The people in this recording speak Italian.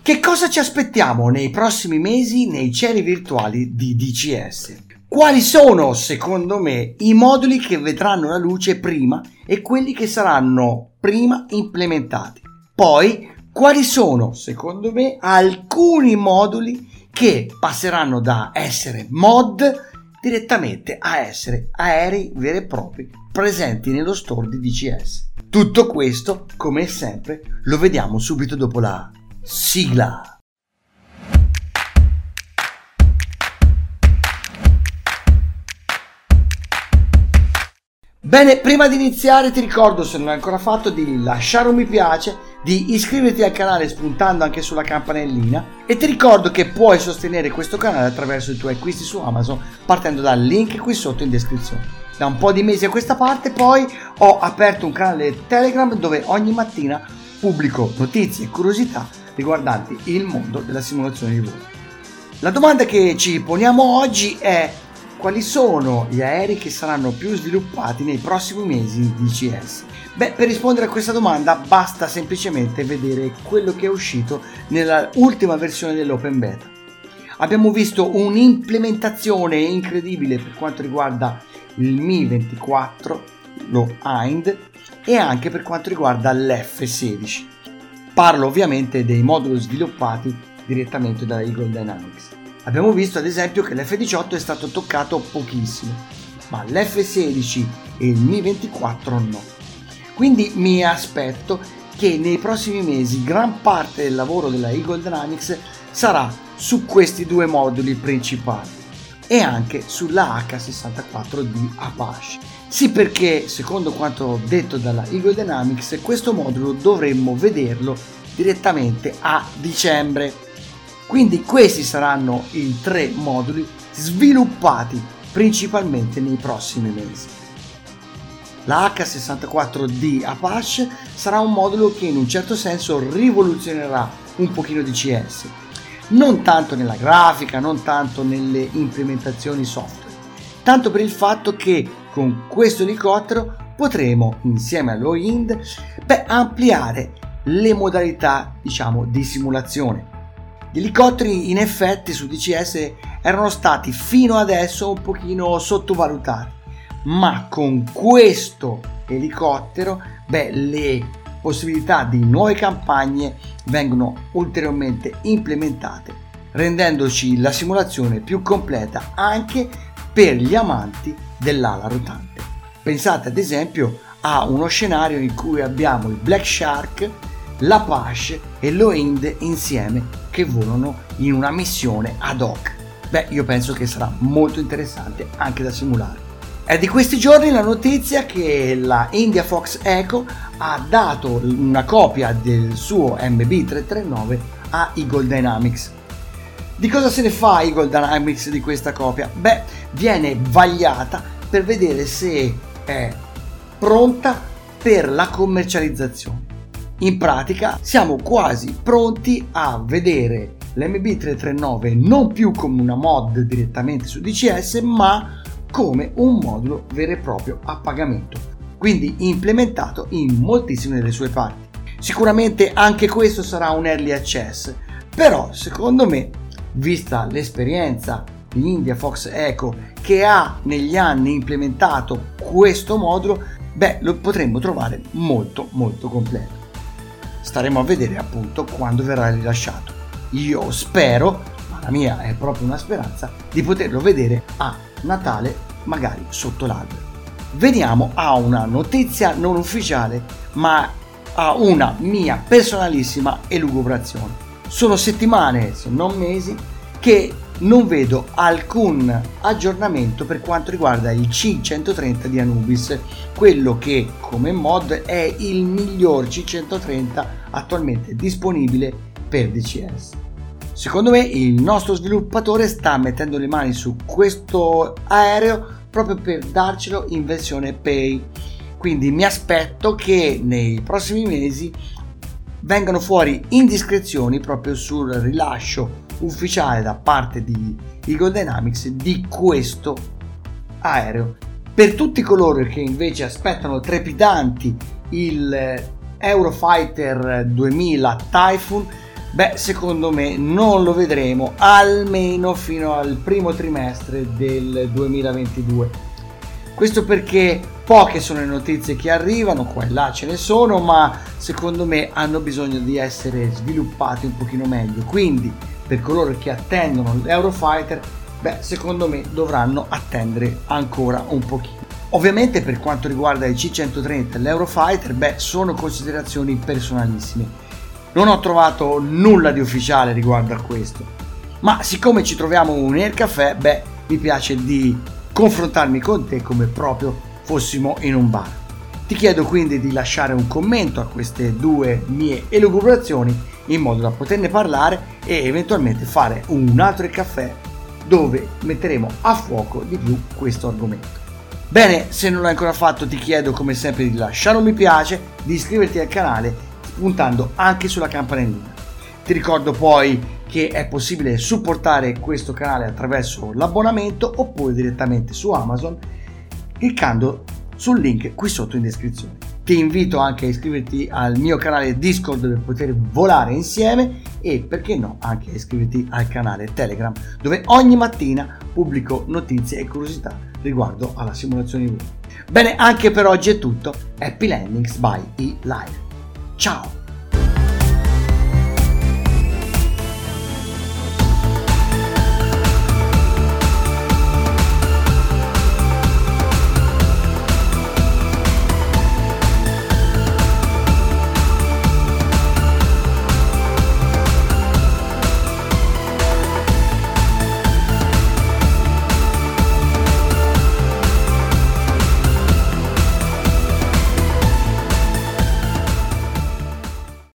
Che cosa ci aspettiamo nei prossimi mesi nei cieli virtuali di DCS? Quali sono, secondo me, i moduli che vedranno la luce prima e quelli che saranno prima implementati? Poi, quali sono, secondo me, alcuni moduli che passeranno da essere mod direttamente a essere aerei veri e propri presenti nello store di DCS? Tutto questo, come sempre, lo vediamo subito dopo la sigla. Bene, prima di iniziare ti ricordo, se non l'hai ancora fatto, di lasciare un mi piace, di iscriverti al canale spuntando anche sulla campanellina, e ti ricordo che puoi sostenere questo canale attraverso i tuoi acquisti su Amazon partendo dal link qui sotto in descrizione. Da un po' di mesi a questa parte poi ho aperto un canale Telegram dove ogni mattina pubblico notizie e curiosità riguardanti il mondo della simulazione di volo. La domanda che ci poniamo oggi è: quali sono gli aerei che saranno più sviluppati nei prossimi mesi di DCS? Per rispondere a questa domanda basta semplicemente vedere quello che è uscito nella ultima versione dell'Open Beta. Abbiamo visto un'implementazione incredibile per quanto riguarda il Mi-24, lo Hind, e anche per quanto riguarda l'F-16. Parlo ovviamente dei moduli sviluppati direttamente da Eagle Dynamics. Abbiamo visto ad esempio che l'F-18 è stato toccato pochissimo, ma l'F-16 e il Mi-24 no. Quindi mi aspetto che nei prossimi mesi gran parte del lavoro della Eagle Dynamics sarà su questi due moduli principali e anche sulla H64 di Apache. Sì, perché secondo quanto detto dalla Eagle Dynamics questo modulo dovremmo vederlo direttamente a dicembre. Quindi questi saranno i 3 moduli sviluppati principalmente nei prossimi mesi. La H64 di Apache sarà un modulo che in un certo senso rivoluzionerà un pochino DCS, non tanto nella grafica, non tanto nelle implementazioni software, tanto per il fatto che con questo elicottero potremo, insieme allo Hind, ampliare le modalità, di simulazione. Gli elicotteri in effetti su DCS erano stati fino adesso un pochino sottovalutati, ma con questo elicottero le possibilità di nuove campagne vengono ulteriormente implementate, rendendoci la simulazione più completa anche per gli amanti dell'ala rotante. Pensate ad esempio a uno scenario in cui abbiamo il Black Shark, l'Apache e lo Hind insieme che volano in una missione ad hoc. Io penso che sarà molto interessante anche da simulare. È di questi giorni la notizia che la India Fox Echo ha dato una copia del suo MB339 a Eagle Dynamics. Di cosa se ne fa Eagle Dynamics di questa copia? Viene vagliata per vedere se è pronta per la commercializzazione. In pratica siamo quasi pronti a vedere l'MB339 non più come una mod direttamente su DCS, ma come un modulo vero e proprio a pagamento, quindi implementato in moltissime delle sue parti. Sicuramente anche questo sarà un early access, però secondo me, vista l'esperienza di India Fox Echo che ha negli anni implementato questo modulo, lo potremmo trovare molto completo. Staremo a vedere appunto quando verrà rilasciato. Io spero, ma la mia è proprio una speranza, di poterlo vedere a Natale, magari sotto l'albero. Veniamo a una notizia non ufficiale, ma a una mia personalissima elucubrazione. Sono settimane, se non mesi, che non vedo alcun aggiornamento per quanto riguarda il C130 di Anubis, quello che come mod è il miglior C130 attualmente disponibile per DCS. Secondo me il nostro sviluppatore sta mettendo le mani su questo aereo proprio per darcelo in versione Pay, quindi mi aspetto che nei prossimi mesi vengano fuori indiscrezioni proprio sul rilascio ufficiale da parte di Eagle Dynamics di questo aereo. Per tutti coloro che invece aspettano trepidanti il Eurofighter 2000 Typhoon, Beh, secondo me non lo vedremo almeno fino al primo trimestre del 2022. Questo perché poche sono le notizie che arrivano, qua e là ce ne sono, ma secondo me hanno bisogno di essere sviluppate un pochino meglio. Quindi per coloro che attendono l'Eurofighter, beh, secondo me dovranno attendere ancora un pochino. Ovviamente per quanto riguarda il C-130 e l'Eurofighter, beh, sono considerazioni personalissime. Non ho trovato nulla di ufficiale riguardo a questo, ma siccome ci troviamo in un Aircafé, beh, mi piace di confrontarmi con te come proprio fossimo in un bar. Ti chiedo quindi di lasciare un commento a queste due mie elucubrazioni in modo da poterne parlare e eventualmente fare un altro caffè dove metteremo a fuoco di più questo argomento. Bene, se non l'hai ancora fatto ti chiedo come sempre di lasciare un mi piace, di iscriverti al canale puntando anche sulla campanellina. Ti ricordo poi che è possibile supportare questo canale attraverso l'abbonamento oppure direttamente su Amazon cliccando sul link qui sotto in descrizione. Ti invito anche a iscriverti al mio canale Discord per poter volare insieme e perché no anche a iscriverti al canale Telegram dove ogni mattina pubblico notizie e curiosità riguardo alla simulazione di volo. Bene, anche per oggi è tutto. Happy Landings by eLive. Ciao!